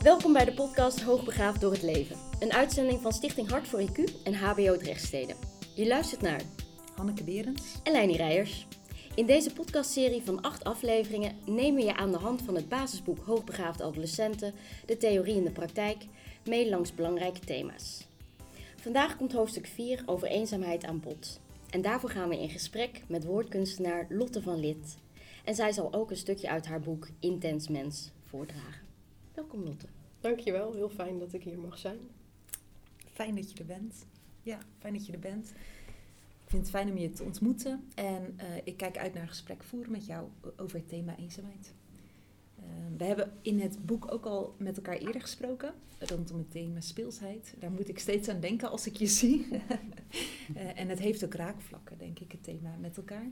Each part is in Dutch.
Welkom bij de podcast Hoogbegaafd door het leven. Een uitzending van Stichting Hart voor IQ en HBO Drechtstede. Je luistert naar Hanneke Berends en Leini Rijers. In deze podcastserie van 8 afleveringen nemen we je aan de hand van het basisboek Hoogbegaafde adolescenten, de theorie en de praktijk, mee langs belangrijke thema's. Vandaag komt hoofdstuk 4 over eenzaamheid aan bod. En daarvoor gaan we in gesprek met woordkunstenaar Lotte van Lith. En zij zal ook een stukje uit haar boek Intens Mens voordragen. Welkom Lotte. Dankjewel, heel fijn dat ik hier mag zijn. Fijn dat je er bent. Ja, fijn dat je er bent. Ik vind het fijn om je te ontmoeten. En ik kijk uit naar een gesprek voeren met jou over het thema eenzaamheid. We hebben in het boek ook al met elkaar eerder gesproken rondom het thema speelsheid. Daar moet ik steeds aan denken als ik je zie. En het heeft ook raakvlakken, denk ik, het thema met elkaar.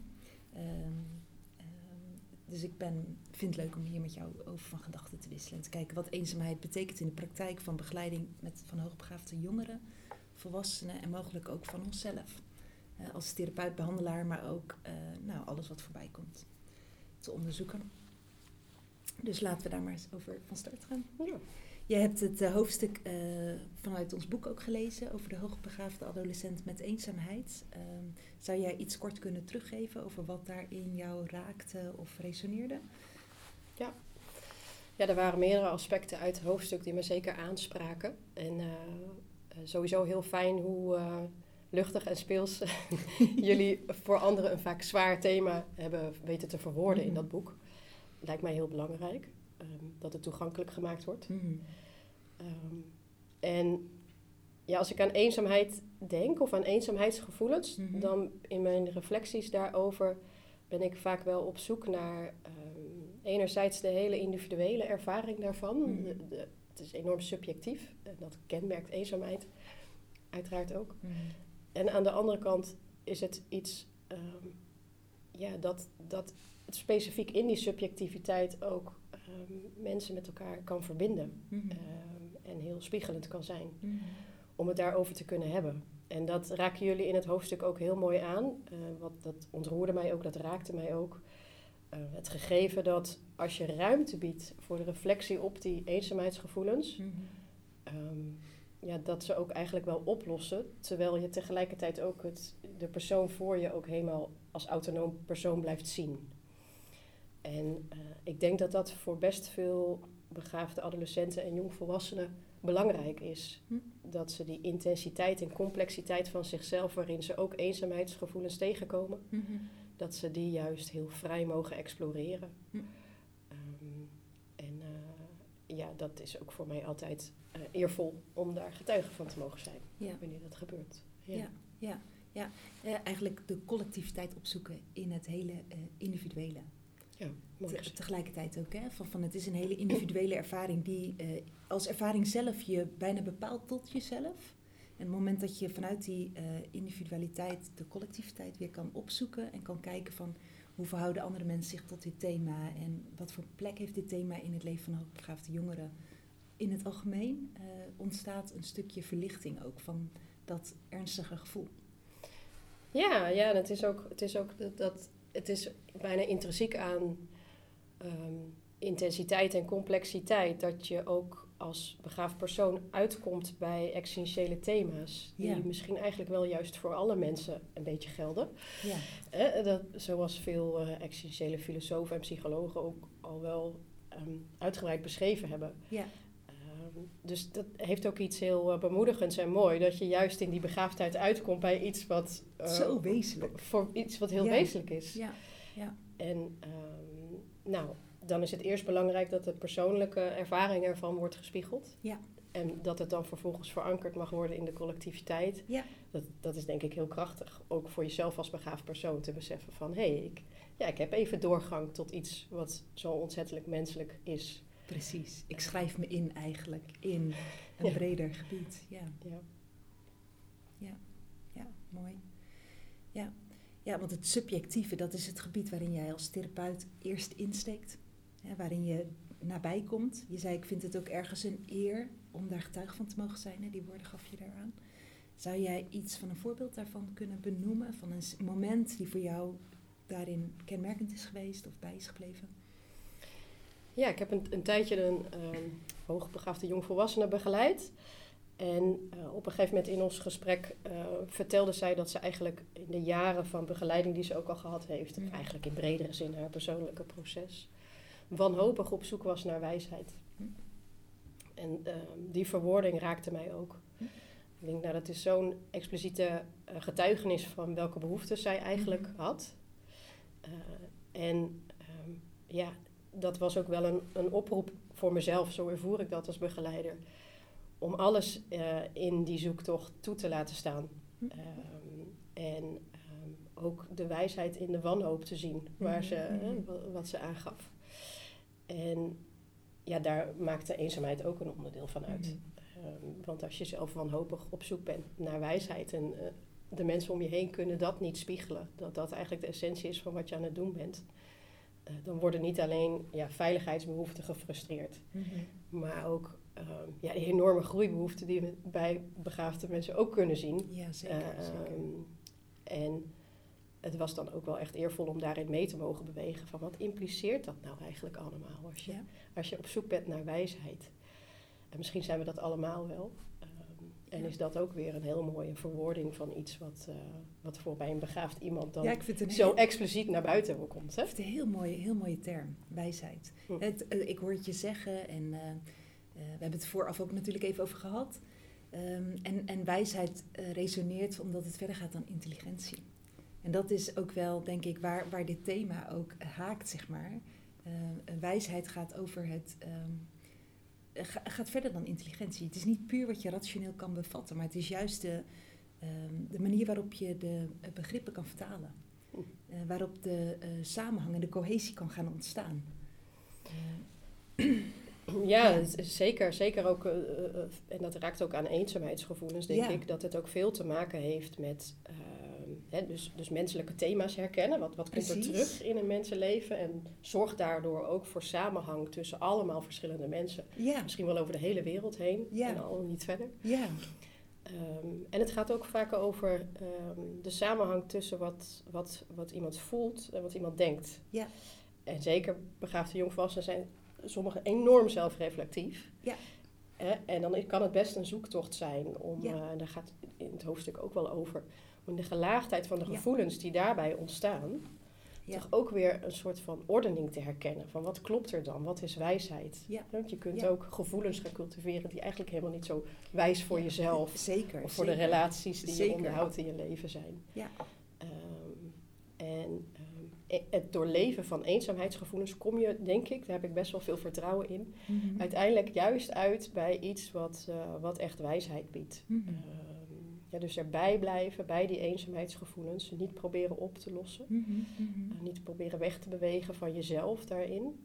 Dus ik vind het leuk om hier met jou over van gedachten te wisselen. En te kijken wat eenzaamheid betekent in de praktijk van begeleiding van hoogbegaafde jongeren, volwassenen en mogelijk ook van onszelf. Als therapeut, behandelaar, maar ook alles wat voorbij komt te onderzoeken. Dus laten we daar maar eens over van start gaan. Ja. Je hebt het hoofdstuk vanuit ons boek ook gelezen over de hoogbegaafde adolescent met eenzaamheid. Zou jij iets kort kunnen teruggeven over wat daarin jou raakte of resoneerde? Ja, er waren meerdere aspecten uit het hoofdstuk die me zeker aanspraken. En sowieso heel fijn hoe luchtig en speels jullie voor anderen een vaak zwaar thema hebben weten te verwoorden in dat boek. Lijkt mij heel belangrijk. Dat het toegankelijk gemaakt wordt. En ja, als ik aan eenzaamheid denk of aan eenzaamheidsgevoelens, dan in mijn reflecties daarover ben ik vaak wel op zoek naar enerzijds de hele individuele ervaring daarvan. Het is enorm subjectief en dat kenmerkt eenzaamheid uiteraard ook. En aan de andere kant is het iets dat het specifiek in die subjectiviteit ook mensen met elkaar kan verbinden. En heel spiegelend kan zijn. Om het daarover te kunnen hebben. En dat raken jullie in het hoofdstuk ook heel mooi aan. Dat ontroerde mij ook, dat raakte mij ook. Het gegeven dat als je ruimte biedt voor de reflectie op die eenzaamheidsgevoelens, dat ze ook eigenlijk wel oplossen. Terwijl je tegelijkertijd ook de persoon voor je ook helemaal als autonoom persoon blijft zien. En ik denk dat dat voor best veel begaafde adolescenten en jongvolwassenen belangrijk is. Dat ze die intensiteit en complexiteit van zichzelf, waarin ze ook eenzaamheidsgevoelens tegenkomen, dat ze die juist heel vrij mogen exploreren. Dat is ook voor mij altijd eervol om daar getuige van te mogen zijn, wanneer dat gebeurt. Ja. Eigenlijk de collectiviteit opzoeken in het hele individuele. Ja, tegelijkertijd ook, hè? Van het is een hele individuele ervaring die als ervaring zelf je bijna bepaalt tot jezelf. En het moment dat je vanuit die individualiteit de collectiviteit weer kan opzoeken en kan kijken van hoe verhouden andere mensen zich tot dit thema en wat voor plek heeft dit thema in het leven van hoogbegaafde jongeren in het algemeen, ontstaat een stukje verlichting ook van dat ernstige gevoel. Ja, het is bijna intrinsiek aan intensiteit en complexiteit dat je ook als begaafd persoon uitkomt bij existentiële thema's die misschien eigenlijk wel juist voor alle mensen een beetje gelden. Ja. Zoals veel existentiële filosofen en psychologen ook al wel uitgebreid beschreven hebben. Ja. Dus dat heeft ook iets heel bemoedigends en mooi, dat je juist in die begaafdheid uitkomt bij iets wat zo wezenlijk. Voor iets wat heel wezenlijk is. Ja. En dan is het eerst belangrijk dat de persoonlijke ervaring ervan wordt gespiegeld. Ja. En dat het dan vervolgens verankerd mag worden in de collectiviteit. Ja. Dat is denk ik heel krachtig. Ook voor jezelf als begaafd persoon te beseffen van ik heb even doorgang tot iets wat zo ontzettend menselijk is. Precies. Ik schrijf me in eigenlijk in een breder gebied. Ja, mooi. Ja, want het subjectieve, dat is het gebied waarin jij als therapeut eerst insteekt. Waarin je nabij komt. Je zei, ik vind het ook ergens een eer om daar getuige van te mogen zijn. Hè? Die woorden gaf je daaraan. Zou jij iets van een voorbeeld daarvan kunnen benoemen? Van een moment die voor jou daarin kenmerkend is geweest of bij is gebleven? Ja, ik heb een tijdje een hoogbegaafde jongvolwassene begeleid. En op een gegeven moment in ons gesprek vertelde zij dat ze eigenlijk in de jaren van begeleiding die ze ook al gehad heeft, eigenlijk in bredere zin haar persoonlijke proces, wanhopig op zoek was naar wijsheid. En die verwoording raakte mij ook. Ik denk, dat is zo'n expliciete getuigenis van welke behoeften zij eigenlijk had. Dat was ook wel een oproep voor mezelf, zo ervoer ik dat als begeleider, om alles in die zoektocht toe te laten staan. Ook de wijsheid in de wanhoop te zien, wat ze aangaf. En ja, daar maakt de eenzaamheid ook een onderdeel van uit. Want als je zelf wanhopig op zoek bent naar wijsheid en de mensen om je heen kunnen dat niet spiegelen, dat eigenlijk de essentie is van wat je aan het doen bent, dan worden niet alleen veiligheidsbehoeften gefrustreerd, maar ook die enorme groeibehoeften die we bij begaafde mensen ook kunnen zien. Ja, zeker. En het was dan ook wel echt eervol om daarin mee te mogen bewegen van wat impliceert dat nou eigenlijk allemaal als je op zoek bent naar wijsheid. En misschien zijn we dat allemaal wel. En is dat ook weer een heel mooie verwoording van iets wat voor bij een begaafd iemand dan zo expliciet naar buiten komt. Hè? Ik vind het een heel mooie term, wijsheid. Ik hoor het je zeggen en we hebben het vooraf ook natuurlijk even over gehad. En wijsheid resoneert omdat het verder gaat dan intelligentie. En dat is ook wel, denk ik, waar dit thema ook haakt, zeg maar. Wijsheid gaat over het... gaat verder dan intelligentie. Het is niet puur wat je rationeel kan bevatten, maar het is juist de manier waarop je de begrippen kan vertalen. Waarop de samenhang en de cohesie kan gaan ontstaan. Ja, zeker ook, en dat raakt ook aan eenzaamheidsgevoelens, denk ik, dat het ook veel te maken heeft met dus menselijke thema's herkennen. Wat komt er terug in een mensenleven en zorgt daardoor ook voor samenhang tussen allemaal verschillende mensen. Ja. Misschien wel over de hele wereld heen en al niet verder. Ja. En het gaat ook vaak over de samenhang tussen wat iemand voelt en wat iemand denkt. Ja. En zeker begaafde jongvolwassenen zijn sommigen enorm zelfreflectief. Ja. En dan kan het best een zoektocht zijn om, en daar gaat in het hoofdstuk ook wel over, om de gelaagdheid van de gevoelens die daarbij ontstaan, toch ook weer een soort van ordening te herkennen. Van wat klopt er dan? Wat is wijsheid? Ja. Want je kunt ook gevoelens gaan cultiveren die eigenlijk helemaal niet zo wijs voor jezelf of voor de relaties die je onderhoudt in je leven zijn. Ja. Het doorleven van eenzaamheidsgevoelens kom je, denk ik, daar heb ik best wel veel vertrouwen in, uiteindelijk juist uit bij iets wat echt wijsheid biedt. Dus erbij blijven bij die eenzaamheidsgevoelens, niet proberen op te lossen, niet proberen weg te bewegen van jezelf daarin.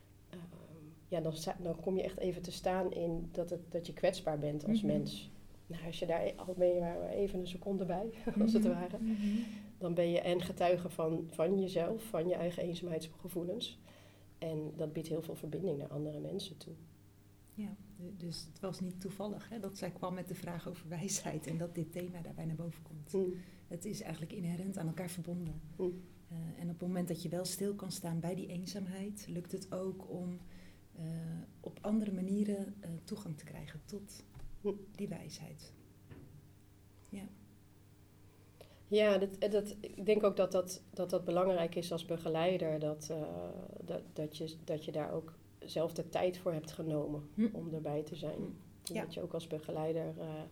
Dan kom je echt even te staan in dat je kwetsbaar bent als mens. Nou, als je daar al ben je maar even een seconde bij, als het ware. Dan ben je en getuige van jezelf, van je eigen eenzaamheidsgevoelens. En dat biedt heel veel verbinding naar andere mensen toe. Ja, dus het was niet toevallig dat zij kwam met de vraag over wijsheid en dat dit thema daarbij naar boven komt. Het is eigenlijk inherent aan elkaar verbonden. En op het moment dat je wel stil kan staan bij die eenzaamheid, lukt het ook om op andere manieren toegang te krijgen tot die wijsheid. Ja. Ja, ik denk ook dat belangrijk is als begeleider, dat je daar ook zelf de tijd voor hebt genomen om erbij te zijn. Dat je ook als begeleider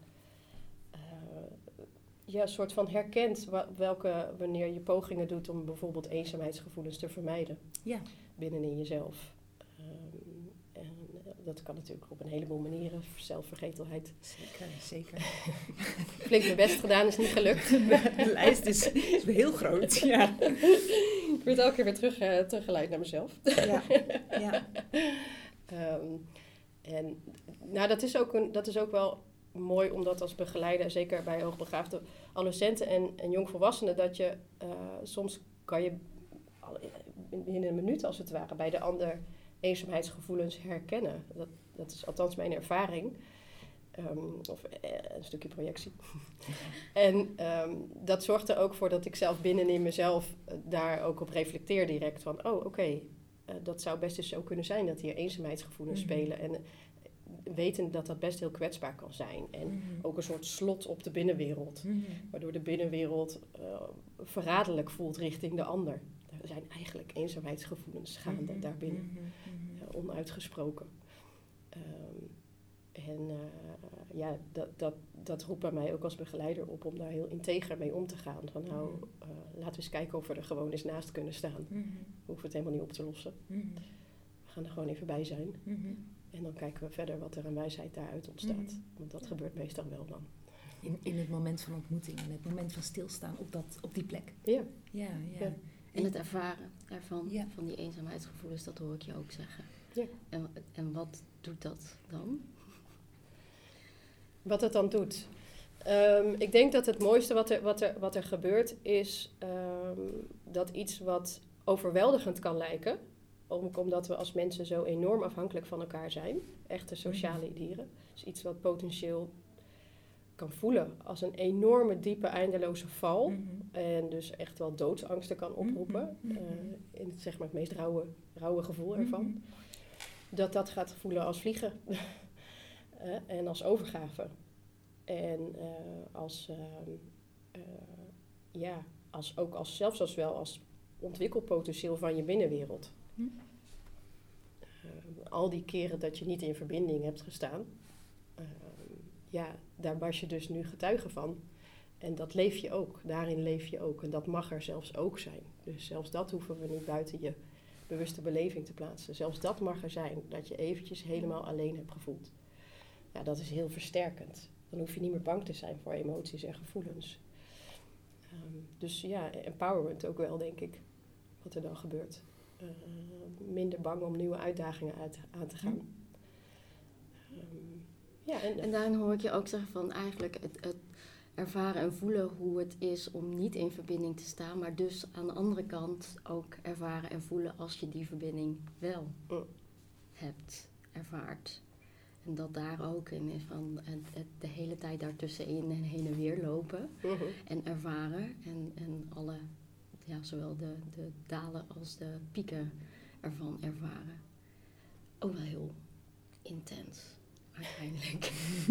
een soort van herkent wanneer je pogingen doet om bijvoorbeeld eenzaamheidsgevoelens te vermijden binnenin jezelf. Dat kan natuurlijk op een heleboel manieren. Zelfvergetelheid. Zeker. Flink mijn best gedaan, is niet gelukt. De lijst is heel groot. Ja. Ik word elke keer weer teruggeleid naar mezelf. Ja. En nou, dat is ook wel mooi om dat als begeleider, zeker bij hoogbegaafde adolescenten en jongvolwassenen, dat je soms kan je in een minuut als het ware bij de ander eenzaamheidsgevoelens herkennen. Dat is althans mijn ervaring. Of een stukje projectie. En dat zorgt er ook voor dat ik zelf binnenin mezelf daar ook op reflecteer direct van, oké, dat zou best eens zo kunnen zijn dat hier eenzaamheidsgevoelens spelen. En weten dat dat best heel kwetsbaar kan zijn. En ook een soort slot op de binnenwereld. Waardoor de binnenwereld verraderlijk voelt richting de ander. Er zijn eigenlijk eenzaamheidsgevoelens gaande daarbinnen. Onuitgesproken. Dat roept bij mij ook als begeleider op om daar heel integer mee om te gaan. Van laten we eens kijken of we er gewoon eens naast kunnen staan. We hoeven het helemaal niet op te lossen. We gaan er gewoon even bij zijn. En dan kijken we verder wat er aan wijsheid daaruit ontstaat. Want dat gebeurt meestal wel dan. In het moment van ontmoeting, in het moment van stilstaan op die plek. Ja. En het ervaren ervan, van die eenzaamheidsgevoelens, dat hoor ik je ook zeggen. Ja. En wat doet dat dan? Wat het dan doet? Ik denk dat het mooiste wat er gebeurt is dat iets wat overweldigend kan lijken, omdat we als mensen zo enorm afhankelijk van elkaar zijn, echte sociale dieren, dus iets wat potentieel kan voelen als een enorme, diepe, eindeloze val en dus echt wel doodsangsten kan oproepen, in het, zeg maar, het meest rauwe gevoel ervan, dat gaat voelen als vliegen en als overgave. En zelfs als ontwikkelpotentieel van je binnenwereld. Al die keren dat je niet in verbinding hebt gestaan, daar was je dus nu getuige van. En dat leef je ook, daarin leef je ook. En dat mag er zelfs ook zijn. Dus zelfs dat hoeven we niet buiten je bewuste beleving te plaatsen. Zelfs dat mag er zijn, dat je eventjes helemaal alleen hebt gevoeld. Ja, dat is heel versterkend. Dan hoef je niet meer bang te zijn voor emoties en gevoelens. Empowerment ook wel, denk ik, wat er dan gebeurt. Minder bang om nieuwe uitdagingen aan te gaan. En daarin hoor ik je ook zeggen van eigenlijk het ervaren en voelen hoe het is om niet in verbinding te staan, maar dus aan de andere kant ook ervaren en voelen als je die verbinding wel hebt ervaard. En dat daar ook in is van de hele tijd daartussenin en heen en weer lopen en ervaren en alle, zowel de dalen als de pieken ervan ervaren. Ook wel heel intens. Uiteindelijk.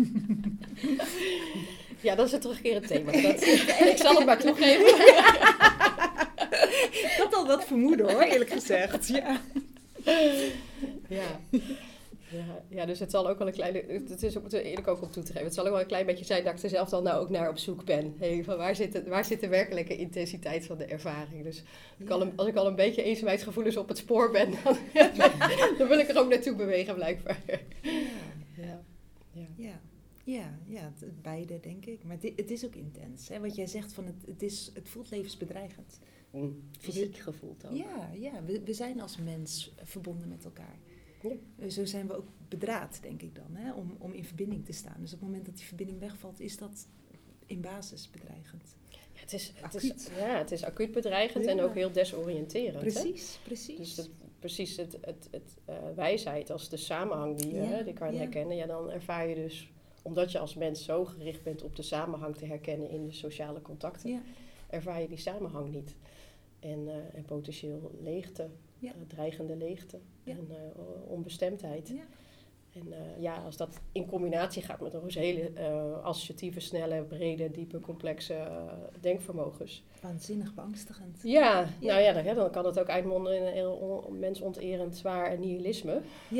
Ja, dat is een terugkerend thema. Ik zal het maar toegeven. Ik had al wat vermoeden hoor, eerlijk gezegd. Ja, dus het zal ook wel een klein... Het is ook eerlijk ook om toe te geven. Het zal ook wel een klein beetje zijn dat ik er zelf dan nou ook naar op zoek ben. Van waar zit de werkelijke intensiteit van de ervaring? Dus als ik al een beetje eenzaamheidsgevoelens op het spoor ben, dan wil ik er ook naartoe bewegen blijkbaar. Beide denk ik. Maar het is ook intens. Hè? Wat jij zegt, van het voelt levensbedreigend. Fysiek gevoeld ook. Ja, we zijn als mens verbonden met elkaar. Ja. Zo zijn we ook bedraad, denk ik dan, hè? Om in verbinding te staan. Dus op het moment dat die verbinding wegvalt, is dat in basis bedreigend. Ja, het is acuut bedreigend en ook heel desoriënterend. Precies. Dus het wijsheid als de samenhang die kan herkennen. Dan ervaar je dus, omdat je als mens zo gericht bent op de samenhang te herkennen in de sociale contacten, ervaar je die samenhang niet. En potentieel leegte, dreigende leegte en onbestemdheid. Ja. En als dat in combinatie gaat met een hele associatieve, snelle, brede, diepe, complexe denkvermogens. Waanzinnig beangstigend. Dan kan het ook uitmonden in een heel mensonterend zwaar nihilisme.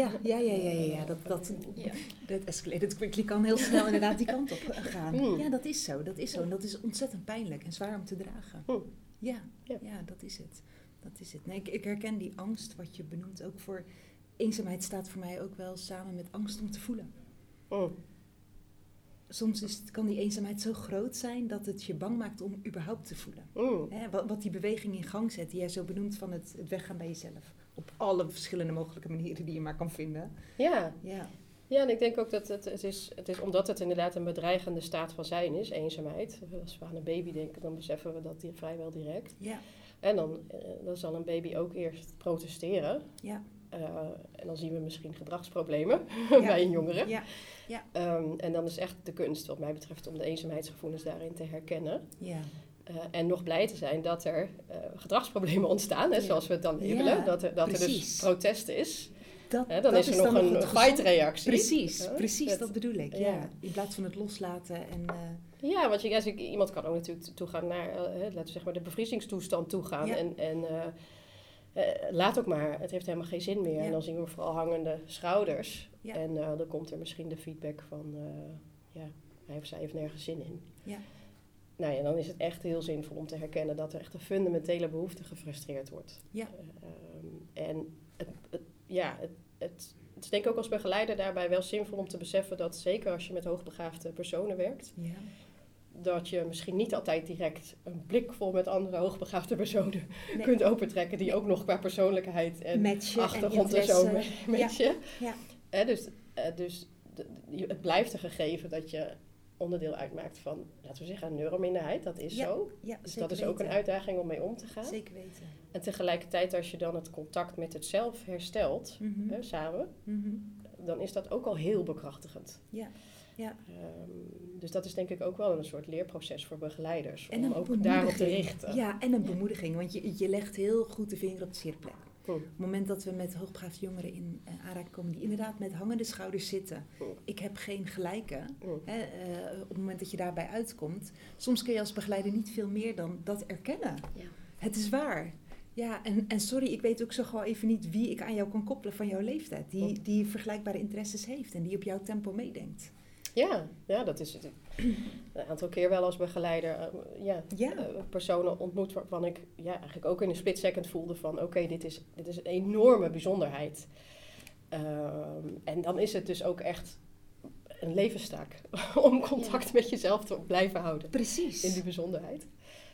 Dat escalated quickly kan heel snel inderdaad die kant op gaan. Ja, dat is zo. En dat is ontzettend pijnlijk en zwaar om te dragen. Ja, dat is het. Nee, ik herken die angst wat je benoemt ook voor... Eenzaamheid staat voor mij ook wel samen met angst om te voelen. Soms kan die eenzaamheid zo groot zijn dat het je bang maakt om überhaupt te voelen. Wat die beweging in gang zet, die jij zo benoemt van het weggaan bij jezelf. Op alle verschillende mogelijke manieren die je maar kan vinden. Ja, en ik denk ook dat het is omdat het inderdaad een bedreigende staat van zijn is, eenzaamheid. Als we aan een baby denken, dan beseffen we dat vrijwel direct. Ja. En dan zal een baby ook eerst protesteren. Ja. En dan zien we misschien gedragsproblemen bij een jongere. Ja. En dan is echt de kunst, wat mij betreft, om de eenzaamheidsgevoelens daarin te herkennen. Ja. En nog blij te zijn dat er gedragsproblemen ontstaan, hè, zoals we het dan labelen. Ja, dat er dus protest is. Dan dat is er nog een fight-reactie. Precies, dat bedoel ik. Ja. In plaats van het loslaten. Ja, want iemand kan ook natuurlijk toegaan naar, laten we zeggen maar, de bevriezingstoestand toegaan. Ja. En laat ook maar, het heeft helemaal geen zin meer. Ja. En dan zien we vooral hangende schouders. Ja. En dan komt er misschien de feedback van, hij of zij heeft nergens zin in. Ja. Nou ja, dan is het echt heel zinvol om te herkennen dat er echt een fundamentele behoefte gefrustreerd wordt. Ja. En het is denk ik ook als begeleider daarbij wel zinvol om te beseffen dat zeker als je met hoogbegaafde personen werkt, dat je misschien niet altijd direct een blik vol met andere hoogbegaafde personen kunt opentrekken die ook nog qua persoonlijkheid en matchen achtergrond en zo matchen. Ja. Dus het blijft een gegeven dat je onderdeel uitmaakt van, laten we zeggen, een neurominderheid. Dat is zo. Ja, dus dat is ook een uitdaging om mee om te gaan. Zeker weten. En tegelijkertijd, als je dan het contact met het zelf herstelt, samen, dan is dat ook al heel bekrachtigend. Ja. Ja. Dus dat is denk ik ook wel een soort leerproces voor begeleiders. En om ook daarop te richten. Ja, en een bemoediging. Want je legt heel goed de vinger op de zere Hm. Op het moment dat we met hoogbegaafde jongeren in aanraking komen die inderdaad met hangende schouders zitten. Ik heb geen gelijke. Op het moment dat je daarbij uitkomt. Soms kun je als begeleider niet veel meer dan dat erkennen. Ja. Het is waar. Ja, en sorry, ik weet ook zo gewoon even niet wie ik aan jou kan koppelen van jouw leeftijd. Die vergelijkbare interesses heeft en die op jouw tempo meedenkt. Ja, dat is het. Een aantal keer wel als begeleider personen ontmoet waarvan ik eigenlijk ook in een split second voelde van oké, dit is een enorme bijzonderheid. En dan is het dus ook echt een levenstaak om contact met jezelf te blijven houden. Precies. In die bijzonderheid.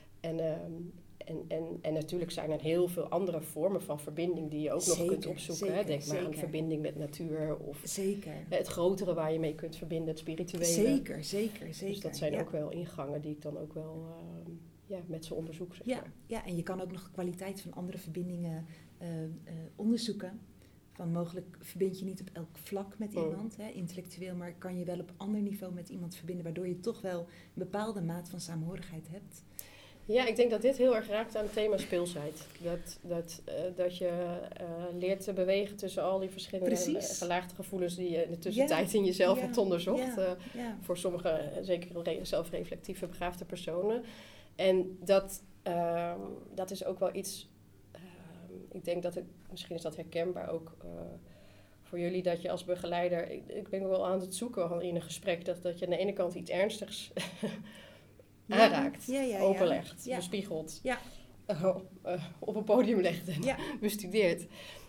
En natuurlijk zijn er heel veel andere vormen van verbinding die je ook nog kunt opzoeken. Zeker, Denk maar aan verbinding met natuur of zeker. Het grotere waar je mee kunt verbinden, het spirituele. Zeker. Dus dat zijn ook wel ingangen die ik dan ook wel met ze onderzoek. Zeg maar. Ja, en je kan ook nog de kwaliteit van andere verbindingen onderzoeken. Van mogelijk verbind je niet op elk vlak met iemand, intellectueel, maar kan je wel op ander niveau met iemand verbinden, waardoor je toch wel een bepaalde maat van saamhorigheid hebt. Ja, ik denk dat dit heel erg raakt aan het thema speelsheid. Dat je leert te bewegen tussen al die verschillende gelaagde gevoelens die je in de tussentijd in jezelf hebt onderzocht. Voor sommige, zeker zelfreflectieve begaafde personen. En dat is ook wel iets, ik denk dat misschien is dat herkenbaar ook voor jullie, dat je als begeleider, ik ben wel aan het zoeken in een gesprek, dat je aan de ene kant iets ernstigs aanraakt, openlegt, bespiegelt, op een podium legt en bestudeert.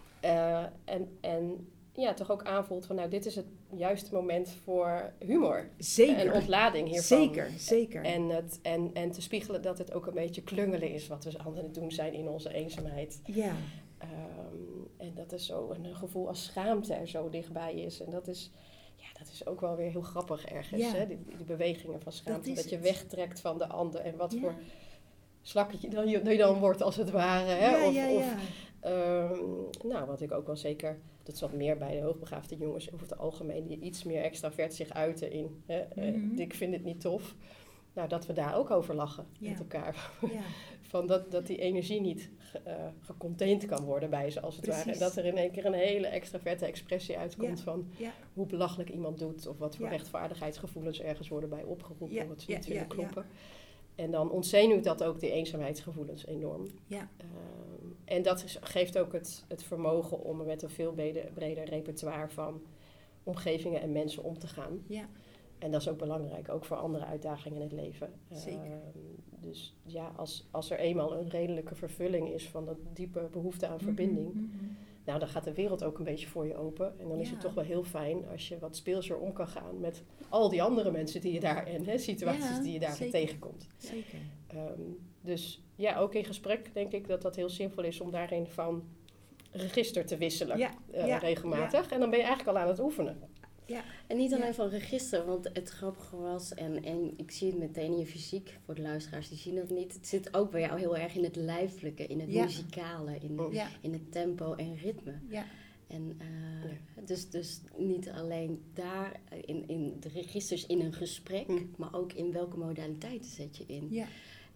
En toch ook aanvoelt van dit is het juiste moment voor humor. Zeker. En ontlading hiervan. Zeker. En te spiegelen dat het ook een beetje klungelen is wat we aan het doen zijn in onze eenzaamheid. Ja. En dat is zo een gevoel als schaamte er zo dichtbij is. En dat is ook wel weer heel grappig ergens. Ja. Hè? Die bewegingen van schaamte. Dat je het. wegtrekt van de ander. En wat voor slakketje je dan wordt als het ware. Hè? Wat ik ook wel zeker... Dat is wat meer bij de hoogbegaafde jongens over het algemeen. Die iets meer extravert zich uiten in... ik vind het niet tof. Nou, dat we daar ook over lachen met elkaar. Ja. Van dat die energie niet gecontained kan worden bij ze als het ware. En dat er in één keer een hele extraverte expressie uitkomt van hoe belachelijk iemand doet. Of wat voor rechtvaardigheidsgevoelens ergens worden bij opgeroepen. Wat ze niet willen kloppen. En dan ontzenuwt dat ook die eenzaamheidsgevoelens enorm. Ja. En dat geeft ook het vermogen om met een veel breder repertoire van omgevingen en mensen om te gaan. Ja. En dat is ook belangrijk, ook voor andere uitdagingen in het leven. Zeker. Dus als er eenmaal een redelijke vervulling is van dat diepe behoefte aan verbinding, dan gaat de wereld ook een beetje voor je open. En dan is het toch wel heel fijn als je wat speelser om kan gaan met al die andere mensen die je daar en situaties die je daar tegenkomt. Zeker. Dus ook in gesprek denk ik dat heel zinvol is om daarin van register te wisselen regelmatig. Ja. En dan ben je eigenlijk al aan het oefenen. Ja. En niet alleen van register, want het grappige was, en ik zie het meteen in je fysiek, voor de luisteraars die zien dat niet, het zit ook bij jou heel erg in het lijfelijke, in het muzikale, in het tempo en ritme. Ja. En dus niet alleen daar in de registers in een gesprek, maar ook in welke modaliteiten zet je in. Ja.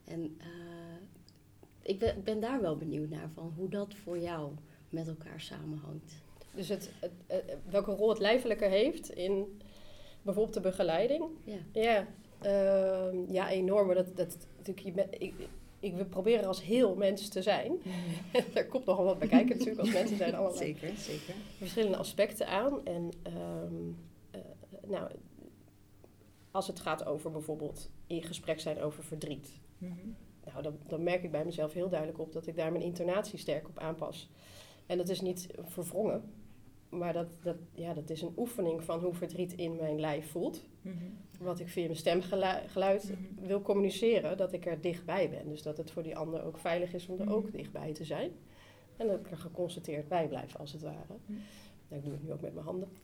En ik ben daar wel benieuwd naar, van hoe dat voor jou met elkaar samenhangt. Dus welke rol het lijfelijke heeft in bijvoorbeeld de begeleiding? Ja. Ja, enorm. Maar dat natuurlijk, ik wil proberen als heel mens te zijn. Daar komt nogal wat bij kijken natuurlijk, als mensen zijn allemaal zeker. verschillende aspecten aan. En als het gaat over bijvoorbeeld in gesprek zijn over verdriet. Mm-hmm. Nou, dan merk ik bij mezelf heel duidelijk op dat ik daar mijn intonatie sterk op aanpas. En dat is niet verwrongen, maar dat is een oefening van hoe verdriet in mijn lijf voelt. Mm-hmm. Wat ik via mijn stemgeluid wil communiceren, dat ik er dichtbij ben. Dus dat het voor die ander ook veilig is om er ook dichtbij te zijn. En dat ik er geconcentreerd bij blijf, als het ware. Nou, ik doe het nu ook met mijn handen.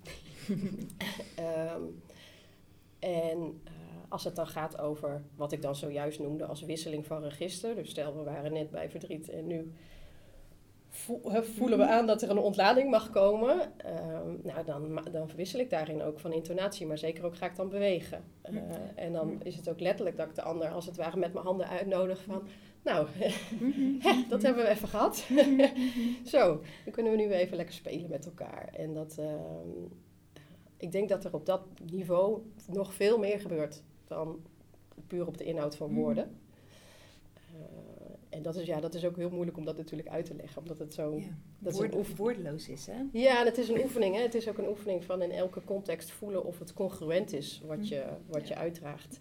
Als het dan gaat over wat ik dan zojuist noemde als wisseling van register. Dus stel, we waren net bij verdriet en nu voelen we aan dat er een ontlading mag komen. Dan verwissel ik daarin ook van intonatie, maar zeker ook ga ik dan bewegen. En dan is het ook letterlijk dat ik de ander als het ware met mijn handen uitnodig van... Nou, dat hebben we even gehad. Zo, dan kunnen we nu even lekker spelen met elkaar. En ik denk dat er op dat niveau nog veel meer gebeurt dan puur op de inhoud van woorden. En dat is ook heel moeilijk om dat natuurlijk uit te leggen. Omdat het zo... woordeloos is, hè? Ja, het is een oefening. Hè? Het is ook een oefening van in elke context voelen of het congruent is wat je uitdraagt.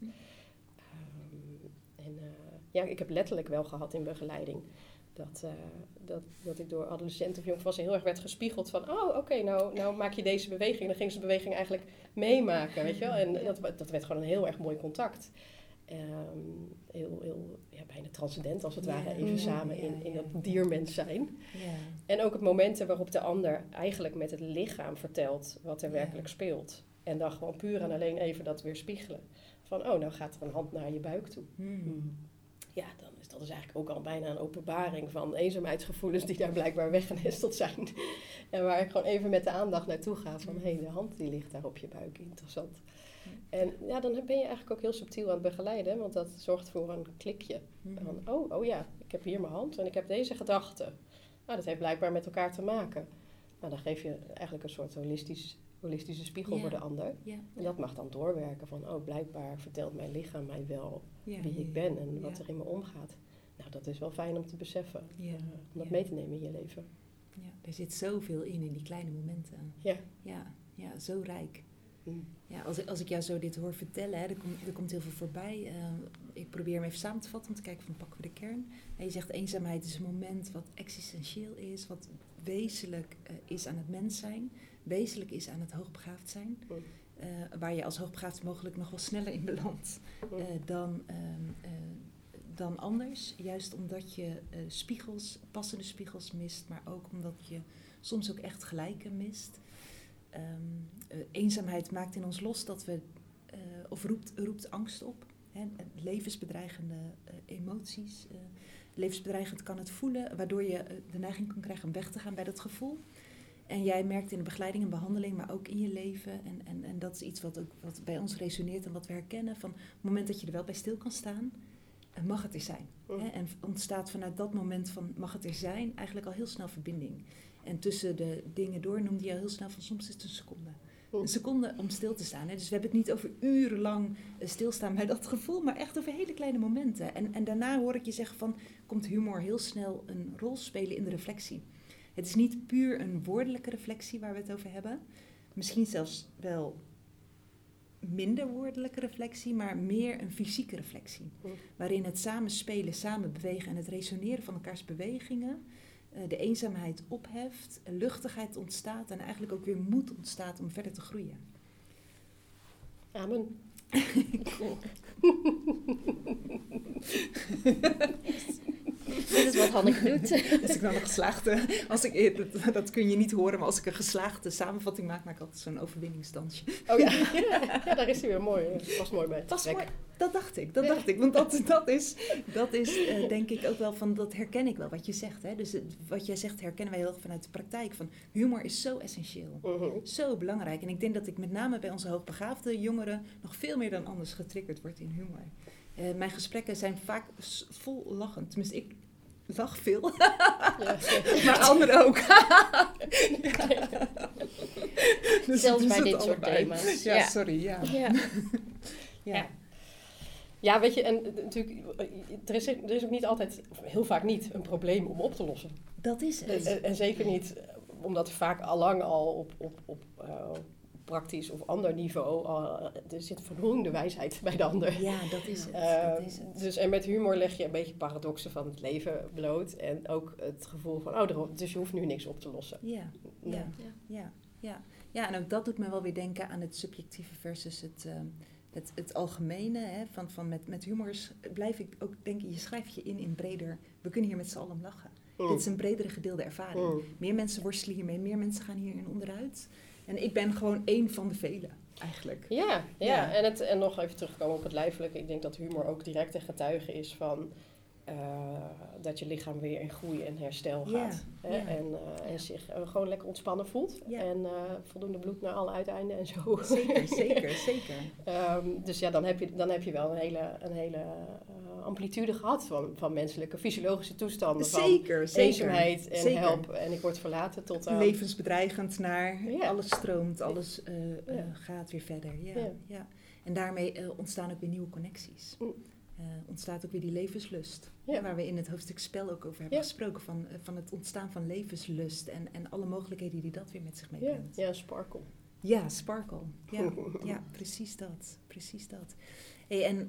Ik heb letterlijk wel gehad in begeleiding dat ik door adolescenten of jongvolwassenen heel erg werd gespiegeld van... Oh, oké, nou maak je deze beweging. En dan ging ze de beweging eigenlijk meemaken, weet je wel. En dat werd gewoon een heel erg mooi contact. Bijna transcendent als het ware, even samen in dat diermens zijn. Ja. En ook het momenten waarop de ander eigenlijk met het lichaam vertelt wat er werkelijk speelt. En dan gewoon puur en alleen even dat weer spiegelen. Van, nou gaat er een hand naar je buik toe. Ja, dat is eigenlijk ook al bijna een openbaring van eenzaamheidsgevoelens die daar blijkbaar weggenesteld zijn. En waar ik gewoon even met de aandacht naartoe ga van, de hand die ligt daar op je buik, interessant. En dan ben je eigenlijk ook heel subtiel aan het begeleiden, want dat zorgt voor een klikje. Van, ik heb hier mijn hand en ik heb deze gedachte. Nou, dat heeft blijkbaar met elkaar te maken. Nou, dan geef je eigenlijk een soort holistische spiegel voor de ander. Ja. En dat mag dan doorwerken van, blijkbaar vertelt mijn lichaam mij wel wie ik ben en wat er in me omgaat. Nou, dat is wel fijn om te beseffen, om dat mee te nemen in je leven. Ja, er zit zoveel in die kleine momenten. Ja, zo rijk. Ja, als ik jou zo dit hoor vertellen, er komt heel veel voorbij. Ik probeer hem even samen te vatten om te kijken van pakken we de kern. En je zegt eenzaamheid is een moment wat existentieel is, wat wezenlijk is aan het mens zijn, wezenlijk is aan het hoogbegaafd zijn. Waar je als hoogbegaafd mogelijk nog wel sneller in belandt dan anders. Juist omdat je passende spiegels mist, maar ook omdat je soms ook echt gelijke mist. Eenzaamheid maakt in ons los dat we, roept angst op. Hè, levensbedreigende emoties. Levensbedreigend kan het voelen, waardoor je de neiging kan krijgen om weg te gaan bij dat gevoel. En jij merkt in de begeleiding en behandeling, maar ook in je leven. En dat is iets wat bij ons resoneert en wat we herkennen. Van het moment dat je er wel bij stil kan staan, mag het er zijn. Hè? En ontstaat vanuit dat moment van mag het er zijn eigenlijk al heel snel verbinding. En tussen de dingen door noemde je al heel snel van soms is het een seconde. Een seconde om stil te staan. Hè? Dus we hebben het niet over urenlang stilstaan bij dat gevoel, maar echt over hele kleine momenten. En daarna hoor ik je zeggen van, komt humor heel snel een rol spelen in de reflectie. Het is niet puur een woordelijke reflectie waar we het over hebben. Misschien zelfs wel minder woordelijke reflectie, maar meer een fysieke reflectie. Waarin het samen spelen, samen bewegen en het resoneren van elkaars bewegingen de eenzaamheid opheft, luchtigheid ontstaat en eigenlijk ook weer moed ontstaat om verder te groeien. Amen. Cool. Dit is wat Hanneke doet. Als ik dan een geslaagde, dat kun je niet horen, maar als ik een geslaagde samenvatting maak ik altijd zo'n overwinningsdansje. Oh ja, ja, daar is hij weer mooi. Dat past mooi bij. Dat dacht ik. Want dat is denk ik ook wel van, dat herken ik wel wat je zegt. Hè? Dus wat jij zegt herkennen wij heel erg vanuit de praktijk. Van humor is zo essentieel, zo belangrijk. En ik denk dat ik met name bij onze hoogbegaafde jongeren nog veel meer dan anders getriggerd word in humor. Mijn gesprekken zijn vaak vol lachen. Tenminste, ik lach veel. Ja, maar anderen ook. Dus zelfs bij dit soort thema's. Ja, sorry. Ja. Ja, weet je, en natuurlijk, er is ook niet altijd, of heel vaak niet, een probleem om op te lossen. Dat is het. En zeker niet, omdat er vaak allang al op praktisch of ander niveau, er zit voldoende wijsheid bij de ander. Ja, dat is het. Dus, en met humor leg je een beetje paradoxen van het leven bloot. En ook het gevoel van, dus je hoeft nu niks op te lossen. Ja, en ook dat doet me wel weer denken aan het subjectieve versus het algemene. Hè, van met humor blijf ik ook denken, je schrijft je in breder. We kunnen hier met z'n allen om lachen. Dit is een bredere gedeelde ervaring. Meer mensen worstelen hiermee, meer mensen gaan hierin onderuit. En ik ben gewoon één van de velen, eigenlijk. Ja. En nog even terugkomen op het lijfelijke. Ik denk dat humor ook direct een getuige is van dat je lichaam weer in groei en herstel gaat. En zich gewoon lekker ontspannen voelt. Ja. En voldoende bloed naar alle uiteinden en zo. Zeker. Dus ja, dan heb je wel een hele amplitude gehad van menselijke fysiologische toestanden. Zeker. Van eenzaamheid en help en ik word verlaten tot aan... Levensbedreigend naar alles stroomt, alles gaat weer verder. Ja. En daarmee ontstaan ook weer nieuwe connecties. Ontstaat ook weer die levenslust. Ja. Waar we in het hoofdstuk spel ook over hebben gesproken. Van het ontstaan van levenslust en alle mogelijkheden die dat weer met zich meebrengt. Ja, sparkle. Ja, sparkle. Ja, precies dat. Hey, en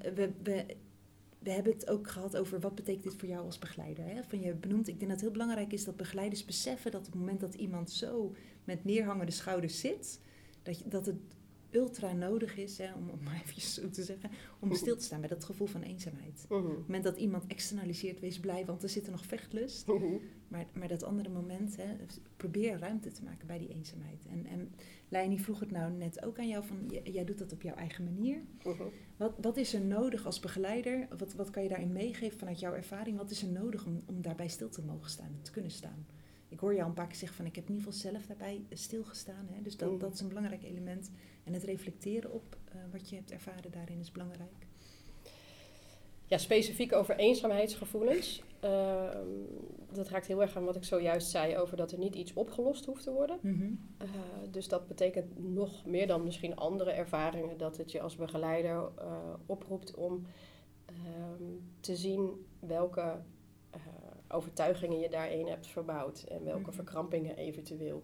we hebben het ook gehad over wat betekent dit voor jou als begeleider. Hè? Van je benoemt, ik denk dat het heel belangrijk is dat begeleiders beseffen dat op het moment dat iemand zo met neerhangende schouders zit, dat het ultra nodig is, om maar even zo te zeggen, om stil te staan bij dat gevoel van eenzaamheid. Op het moment dat iemand externaliseert, wees blij, want er zit er nog vechtlust. Maar dat andere moment, probeer ruimte te maken bij die eenzaamheid. En Leonie vroeg het nou net ook aan jou, van jij doet dat op jouw eigen manier. Wat is er nodig als begeleider? Wat kan je daarin meegeven vanuit jouw ervaring? Wat is er nodig om daarbij stil te mogen staan, te kunnen staan? Ik hoor je al een paar keer zeggen van ik heb in ieder geval zelf daarbij stilgestaan. Hè? Dus dat is een belangrijk element. En het reflecteren op wat je hebt ervaren daarin is belangrijk. Ja, specifiek over eenzaamheidsgevoelens. Dat raakt heel erg aan wat ik zojuist zei over dat er niet iets opgelost hoeft te worden. Dus dat betekent nog meer dan misschien andere ervaringen dat het je als begeleider oproept om te zien welke overtuigingen je daarin hebt verbouwd en welke verkrampingen eventueel.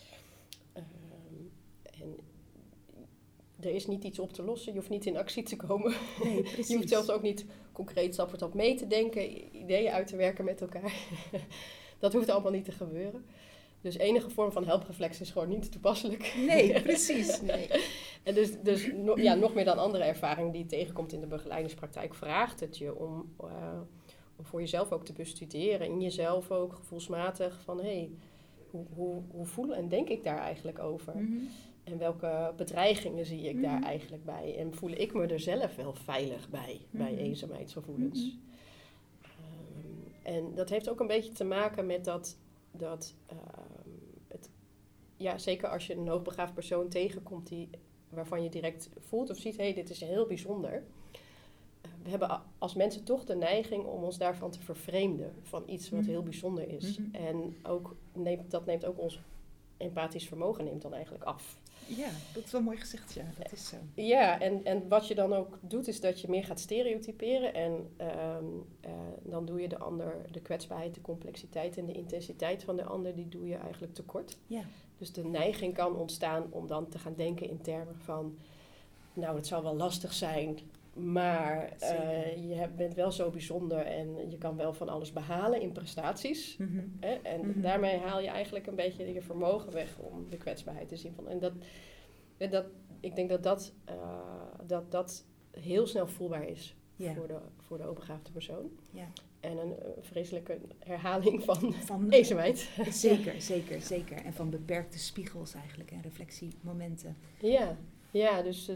En er is niet iets op te lossen, je hoeft niet in actie te komen. Nee, precies. Je hoeft zelfs ook niet concreet stap voor stap mee te denken, ideeën uit te werken met elkaar. Dat hoeft allemaal niet te gebeuren. Dus enige vorm van helpreflex is gewoon niet toepasselijk. Nee, precies. Nee. En dus nog meer dan andere ervaringen die je tegenkomt in de begeleidingspraktijk, vraagt het je om voor jezelf ook te bestuderen, in jezelf ook gevoelsmatig van hoe voel en denk ik daar eigenlijk over? En welke bedreigingen zie ik daar eigenlijk bij? En voel ik me er zelf wel veilig bij eenzaamheidsgevoelens? En dat heeft ook een beetje te maken met zeker als je een hoogbegaafd persoon tegenkomt waarvan je direct voelt of ziet, dit is heel bijzonder. We hebben als mensen toch de neiging om ons daarvan te vervreemden van iets wat heel bijzonder is. En ook dat neemt ook ons empathisch vermogen neemt dan eigenlijk af. Ja, dat is wel mooi gezegd, ja, dat is zo. Ja, en wat je dan ook doet is dat je meer gaat stereotyperen en dan doe je de ander, de kwetsbaarheid, de complexiteit en de intensiteit van de ander, die doe je eigenlijk tekort. Ja. Dus de neiging kan ontstaan om dan te gaan denken in termen van, het zal wel lastig zijn, maar je bent wel zo bijzonder en je kan wel van alles behalen in prestaties. En daarmee haal je eigenlijk een beetje je vermogen weg om de kwetsbaarheid te zien. Ik denk dat heel snel voelbaar is voor de hoogbegaafde persoon. Ja. En een vreselijke herhaling van eenzaamheid. Zeker. En van beperkte spiegels eigenlijk en reflectiemomenten. Ja, dus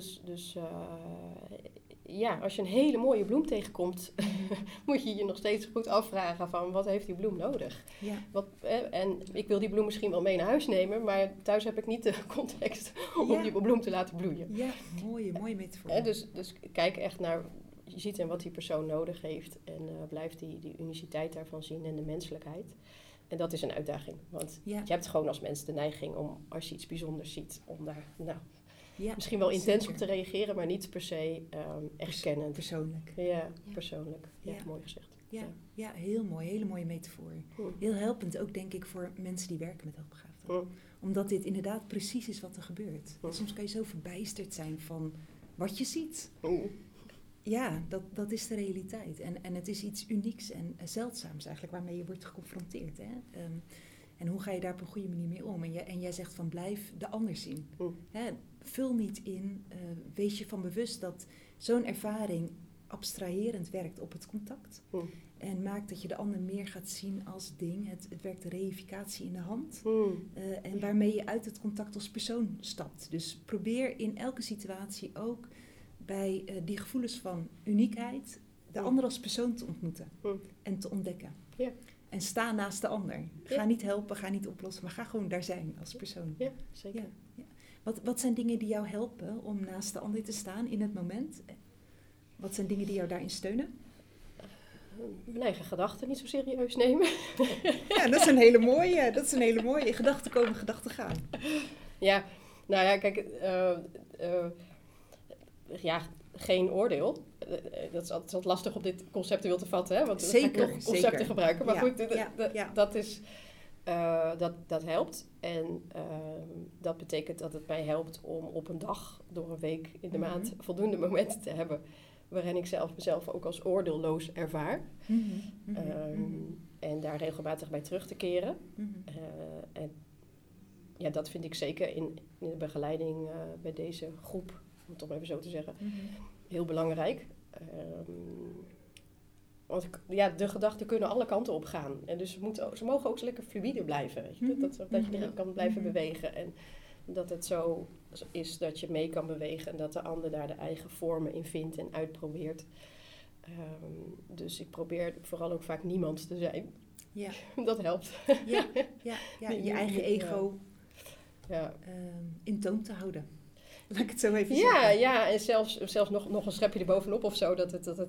als je een hele mooie bloem tegenkomt, moet je je nog steeds goed afvragen van wat heeft die bloem nodig? Ja. En ik wil die bloem misschien wel mee naar huis nemen, maar thuis heb ik niet de context om die bloem te laten bloeien. Ja, mooie metafoor. Dus kijk echt naar ziet en wat die persoon nodig heeft. En blijft die uniciteit daarvan zien en de menselijkheid. En dat is een uitdaging. Want je hebt gewoon als mens de neiging om, als je iets bijzonders ziet, om daar misschien wel intens op te reageren, maar niet per se erkennend. Persoonlijk. Ja, persoonlijk. Ja, mooi gezegd. Ja, heel mooi. Hele mooie metafoor. Heel helpend ook, denk ik, voor mensen die werken met hoogbegaafden. Omdat dit inderdaad precies is wat er gebeurt. Soms kan je zo verbijsterd zijn van wat je ziet. Ja, dat is de realiteit. En het is iets unieks en zeldzaams eigenlijk waarmee je wordt geconfronteerd. Hè? En hoe ga je daar op een goede manier mee om? En jij zegt van blijf de ander zien. Hè? Vul niet in. Wees je van bewust dat zo'n ervaring abstraherend werkt op het contact. En maakt dat je de ander meer gaat zien als ding. Het werkt de reificatie in de hand. En waarmee je uit het contact als persoon stapt. Dus probeer in elke situatie ook bij die gevoelens van uniekheid de ander als persoon te ontmoeten. En te ontdekken. En sta naast de ander. Ga niet helpen, ga niet oplossen, maar ga gewoon daar zijn als persoon. Ja, zeker. Ja. Wat zijn dingen die jou helpen om naast de ander te staan in het moment? Wat zijn dingen die jou daarin steunen? Mijn eigen gedachten niet zo serieus nemen. Ja, dat is een hele mooie. Gedachten komen, gedachten gaan. Ja, nou ja, kijk, geen oordeel. Dat is altijd lastig om dit conceptueel te vatten, hè? Want dan ga ik toch concepten gebruiken. Maar goed, dat is... Dat helpt en dat betekent dat het mij helpt om op een dag door een week in de maand voldoende momenten te hebben waarin ik mezelf ook als oordeelloos ervaar. En daar regelmatig bij terug te keren. En ja, dat vind ik zeker in de begeleiding bij deze groep, om het toch even zo te zeggen, heel belangrijk. Want de gedachten kunnen alle kanten op gaan. En dus ze mogen ook lekker fluïde blijven. Weet je? Dat je erin kan blijven bewegen. En dat het zo is dat je mee kan bewegen. En dat de ander daar de eigen vormen in vindt en uitprobeert. Dus ik probeer vooral ook vaak niemand te zijn. Ja. Dat helpt. Ja, je eigen ego in toon te houden. Laat ik het zo even zeggen. Ja, en zelfs nog een schepje erbovenop of zo.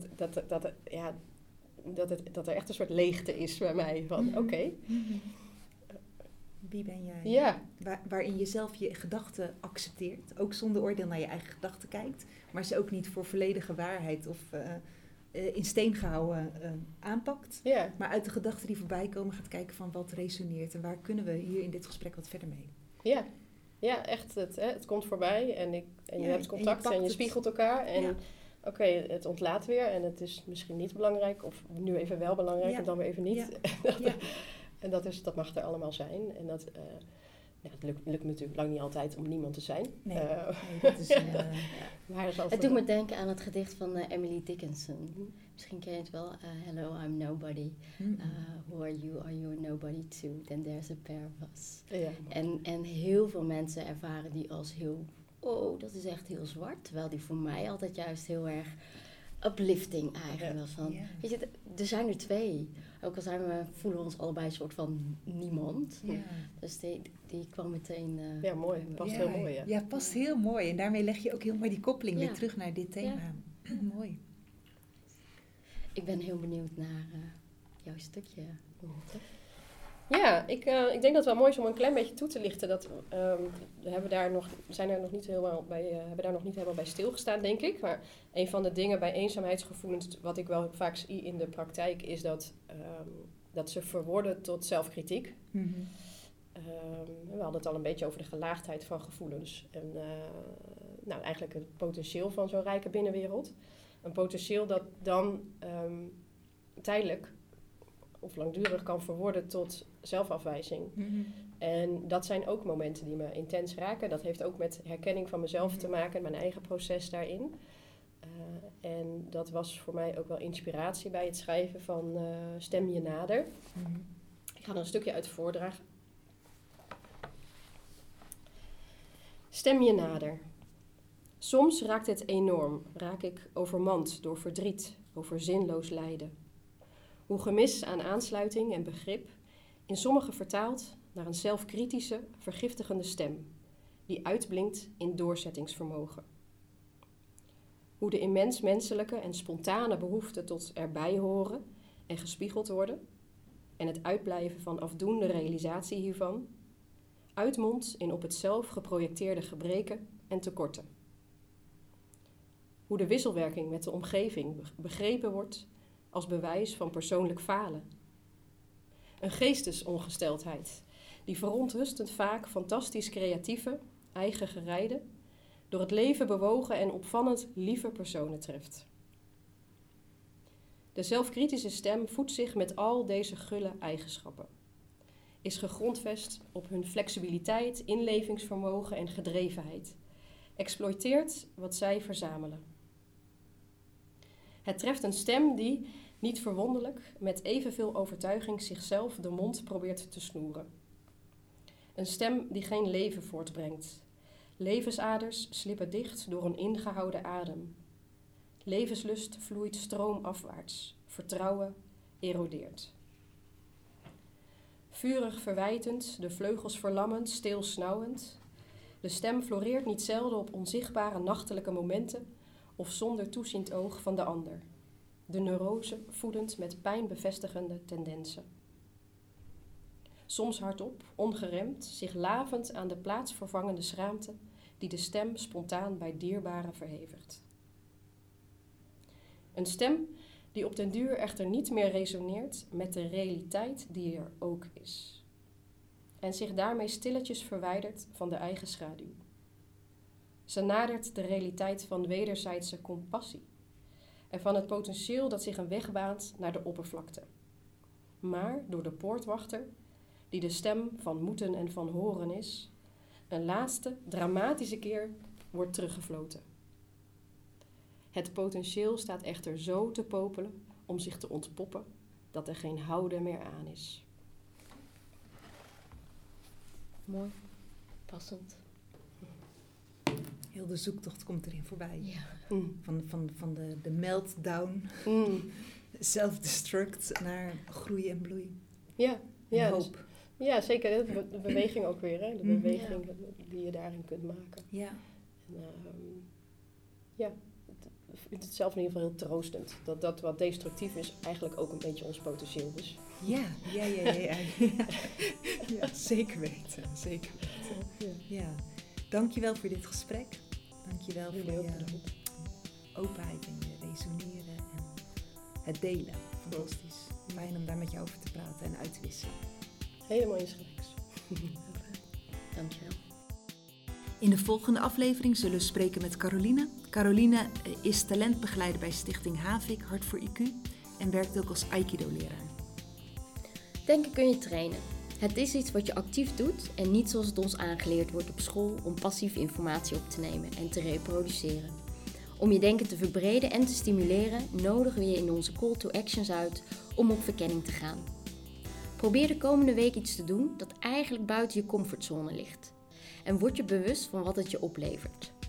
Dat er echt een soort leegte is bij mij. Van oké. Wie ben jij? Ja. Waarin je zelf je gedachten accepteert. Ook zonder oordeel naar je eigen gedachten kijkt. Maar ze ook niet voor volledige waarheid of in steen gehouden aanpakt. Ja. Maar uit de gedachten die voorbij komen gaat kijken van wat resoneert. En waar kunnen we hier in dit gesprek wat verder mee. Ja, echt. Het komt voorbij en je hebt contact en je spiegelt elkaar. En oké, het ontlaat weer en het is misschien niet belangrijk. Of nu even wel belangrijk en dan weer even niet. En dat mag er allemaal zijn. En dat het lukt natuurlijk lang niet altijd om niemand te zijn. Nee, dat is... Het doet me denken aan het gedicht van Emily Dickinson. Misschien ken je het wel. Hello, I'm nobody. Who are you? Are you a nobody too? Then there's a pair of us. Ja. En heel veel mensen ervaren die als heel... Oh, dat is echt heel zwart. Terwijl die voor mij altijd juist heel erg uplifting eigenlijk was. Van, weet je, er zijn er twee. Ook al voelen we ons allebei een soort van niemand. Ja. Dus die kwam meteen... mooi. Past heel mooi. Ja. Ja, past heel mooi. En daarmee leg je ook heel mooi die koppeling weer terug naar dit thema. Ja. Mooi. Ik ben heel benieuwd naar jouw stukje. Ja, ik denk dat het wel mooi is om een klein beetje toe te lichten. Dat we hebben daar nog niet helemaal bij stilgestaan, denk ik. Maar een van de dingen bij eenzaamheidsgevoelens, wat ik wel vaak zie in de praktijk, is dat ze verworden tot zelfkritiek. We hadden het al een beetje over de gelaagdheid van gevoelens. En eigenlijk het potentieel van zo'n rijke binnenwereld. Een potentieel dat dan tijdelijk of langdurig kan verworden tot zelfafwijzing. En dat zijn ook momenten die me intens raken. Dat heeft ook met herkenning van mezelf te maken, mijn eigen proces daarin. En dat was voor mij ook wel inspiratie bij het schrijven van Stem je nader. Ik ga er een stukje uit voordragen. Stem je nader. Soms raakt het enorm, raak ik overmand door verdriet, over zinloos lijden. Hoe gemis aan aansluiting en begrip, in sommigen vertaald naar een zelfkritische, vergiftigende stem, die uitblinkt in doorzettingsvermogen. Hoe de immens menselijke en spontane behoefte tot erbij horen en gespiegeld worden en het uitblijven van afdoende realisatie hiervan uitmondt in op het zelf geprojecteerde gebreken en tekorten. Hoe de wisselwerking met de omgeving begrepen wordt als bewijs van persoonlijk falen. Een geestesongesteldheid die verontrustend vaak fantastisch creatieve, eigen gereide, door het leven bewogen en opvallend lieve personen treft. De zelfkritische stem voedt zich met al deze gulle eigenschappen. Is gegrondvest op hun flexibiliteit, inlevingsvermogen en gedrevenheid. Exploiteert wat zij verzamelen. Het treft een stem die, niet verwonderlijk, met evenveel overtuiging zichzelf de mond probeert te snoeren. Een stem die geen leven voortbrengt. Levensaders slippen dicht door een ingehouden adem. Levenslust vloeit stroomafwaarts. Vertrouwen erodeert. Vurig verwijtend, de vleugels verlammend, stil snauwend. De stem floreert niet zelden op onzichtbare nachtelijke momenten of zonder toeziend oog van de ander. De neurose voedend met pijnbevestigende tendensen. Soms hardop, ongeremd, zich lavend aan de plaatsvervangende schaamte die de stem spontaan bij dierbaren verhevigt. Een stem die op den duur echter niet meer resoneert met de realiteit die er ook is. En zich daarmee stilletjes verwijdert van de eigen schaduw. Ze nadert de realiteit van wederzijdse compassie en van het potentieel dat zich een weg baant naar de oppervlakte. Maar door de poortwachter, die de stem van moeten en van horen is, een laatste dramatische keer wordt teruggefloten. Het potentieel staat echter zo te popelen om zich te ontpoppen dat er geen houden meer aan is. Mooi, passend. Heel de zoektocht komt erin voorbij. Ja. Van de meltdown, self-destruct naar groei en bloei. Ja, En dus, hoop. ja, zeker. De beweging ook weer. Hè? De beweging die je daarin kunt maken. Ja. En, ik vind het zelf in ieder geval heel troostend. Dat wat destructief is eigenlijk ook een beetje ons potentieel is. Ja, zeker weten. Zeker weten. Ja. Dankjewel voor dit gesprek. Dankjewel voor je openheid en je resoneren en het delen. Fantastisch. Fijn om daar met jou over te praten en uit te wisselen. Helemaal insgelijks. Dankjewel. In de volgende aflevering zullen we spreken met Caroline. Caroline is talentbegeleider bij Stichting Havik, Hart voor IQ en werkt ook als Aikido-leraar. Denken kun je trainen. Het is iets wat je actief doet en niet zoals het ons aangeleerd wordt op school om passief informatie op te nemen en te reproduceren. Om je denken te verbreden en te stimuleren nodigen we je in onze call to actions uit om op verkenning te gaan. Probeer de komende week iets te doen dat eigenlijk buiten je comfortzone ligt. En word je bewust van wat het je oplevert.